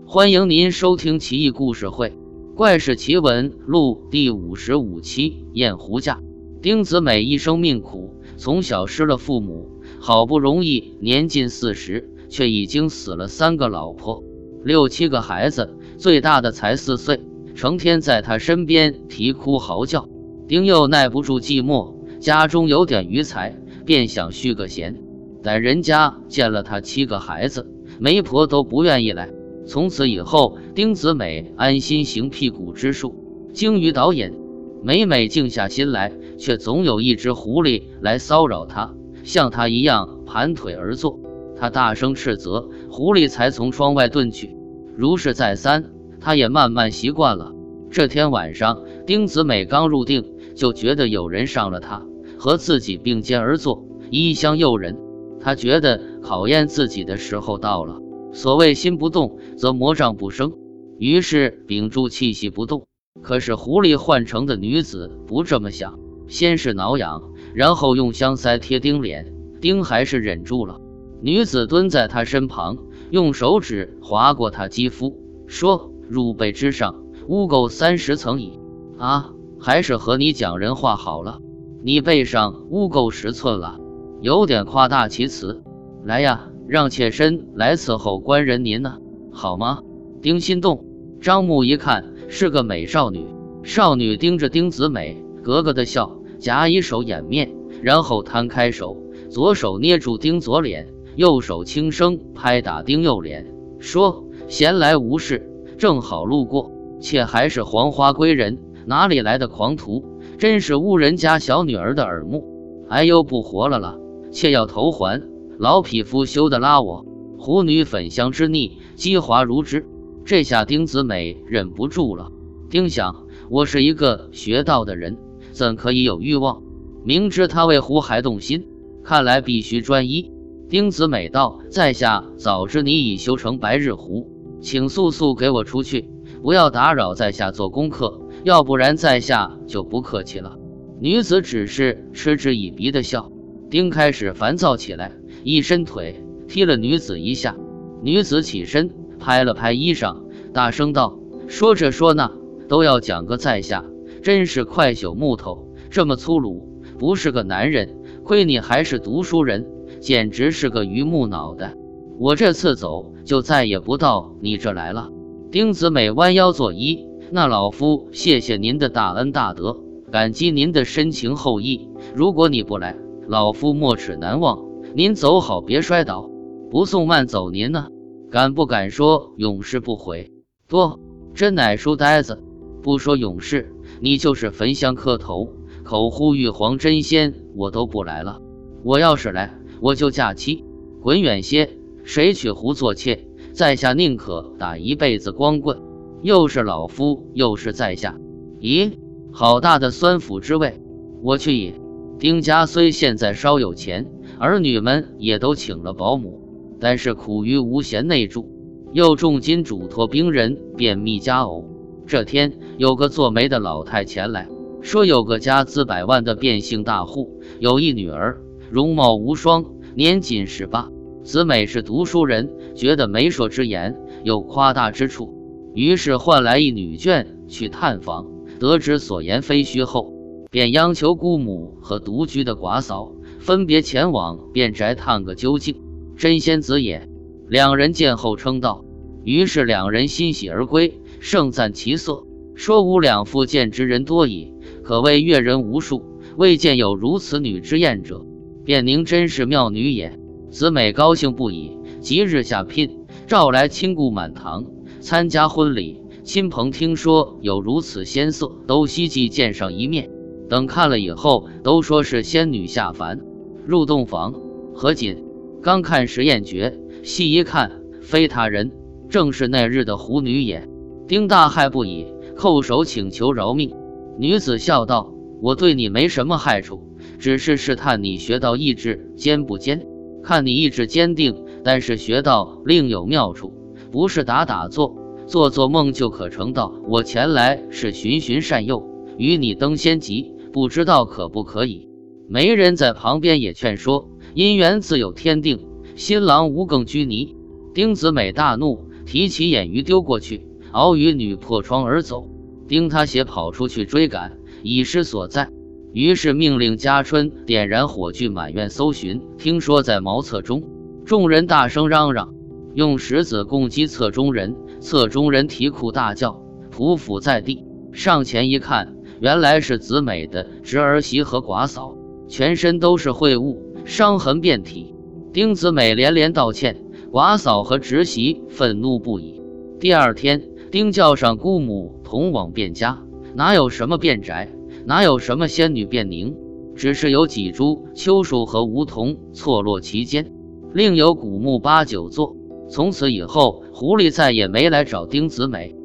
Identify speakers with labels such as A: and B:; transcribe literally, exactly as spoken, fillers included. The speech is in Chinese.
A: 欢迎您收听奇异故事会《怪事奇闻录》第五十五期燕狐架。丁子美一生命苦，从小失了父母，好不容易年近四十，却已经死了三个老婆，六七个孩子，最大的才四岁，成天在他身边啼哭嚎叫。丁又耐不住寂寞，家中有点余财，便想续个弦，但人家见了他七个孩子，媒婆都不愿意来。从此以后，丁子美安心行辟谷之术，精于导引。每每静下心来，却总有一只狐狸来骚扰他，像他一样盘腿而坐。他大声斥责，狐狸才从窗外遁去。如是再三，他也慢慢习惯了。这天晚上，丁子美刚入定，就觉得有人上了他，和自己并肩而坐，衣香诱人。他觉得考验自己的时候到了。所谓心不动则魔障不生，于是屏住气息不动。可是狐狸换成的女子不这么想，先是挠痒，然后用香腮贴丁脸，丁还是忍住了。女子蹲在他身旁，用手指划过他肌肤，说：乳背之上污垢三十层矣。啊，还是和你讲人话好了，你背上污垢十寸了，有点夸大其词。来呀，让妾身来伺候官人您呢，好吗？丁心动，张目一看，是个美少女。少女盯着丁子美，咯咯的笑，假以手掩面，然后摊开手，左手捏住丁左脸，右手轻声拍打丁右脸，说：闲来无事，正好路过，妾还是黄花闺人，哪里来的狂徒，真是误人家小女儿的耳目。哎呦，不活了了，妾要头还。老匹夫休得拉我！狐女粉香之腻，激滑如汁。这下丁子美忍不住了。丁想，我是一个学道的人，怎可以有欲望？明知他为狐还动心，看来必须专一。丁子美道：在下早知你已修成白日狐，请速速给我出去，不要打扰在下做功课，要不然在下就不客气了。女子只是嗤之以鼻的笑。丁开始烦躁起来，一伸腿踢了女子一下。女子起身拍了拍衣裳，大声道：说这说那都要讲个在下，真是快朽木头，这么粗鲁，不是个男人，亏你还是读书人，简直是个榆木脑袋。我这次走就再也不到你这来了。丁子美弯腰作揖：那老夫谢谢您的大恩大德，感激您的深情厚谊，如果你不来，老夫没齿难忘。您走好，别摔倒，不送慢走您呢？敢不敢说永世不悔？多，真乃书呆子！不说永世，你就是焚香磕头，口呼玉皇真仙，我都不来了。我要是来，我就嫁妻，滚远些！谁娶狐做妾，在下宁可打一辈子光棍。又是老夫，又是在下，咦，好大的酸腐之味！我去也！丁家虽现在稍有钱，儿女们也都请了保姆，但是苦于无闲内助，又重金嘱托兵人便秘佳偶。这天有个做媒的老太前来，说有个家资百万的变性大户，有一女儿，容貌无双，年仅十八。子美是读书人，觉得媒妁之言有夸大之处，于是唤来一女眷去探访，得知所言非虚后，便央求姑母和独居的寡嫂分别前往便宅探个究竟，真仙子也。两人见后称道，于是两人欣喜而归，盛赞其色，说吾两妇见之人多矣，可谓阅人无数，未见有如此女之艳者，便宁真是妙女也。子美高兴不已，即日下聘，召来亲故满堂参加婚礼。亲朋听说有如此仙色，都希冀见上一面。等看了以后，都说是仙女下凡。入洞房，何锦刚看实验诀，细一看，非他人，正是那日的狐女也。丁大骇不已，叩首请求饶命。女子笑道：我对你没什么害处，只是试探你学道意志坚不坚，看你意志坚定，但是学道另有妙处，不是打打坐做做梦就可成道。我前来是循循善诱，与你登仙级，不知道可不可以？媒人在旁边也劝说，姻缘自有天定，新郎无更拘泥。丁子美大怒， 提起眼鱼丢过去，敖与女破窗而走。丁他协跑出去追赶，已失所在。于是命令家春点燃火炬，满院搜寻。听说在茅厕中，众人大声嚷嚷，用石子攻击侧中人。侧中人啼哭大叫，匍匐在地。上前一看，原来是子美的侄儿媳和寡嫂，全身都是秽物，伤痕遍体。丁子美连连道歉，寡嫂和侄媳愤怒不已。第二天，丁叫上姑母同往卞家，哪有什么卞宅，哪有什么仙女卞宁，只是有几株秋树和梧桐错落其间，另有古木八九座。从此以后，狐狸再也没来找丁子美。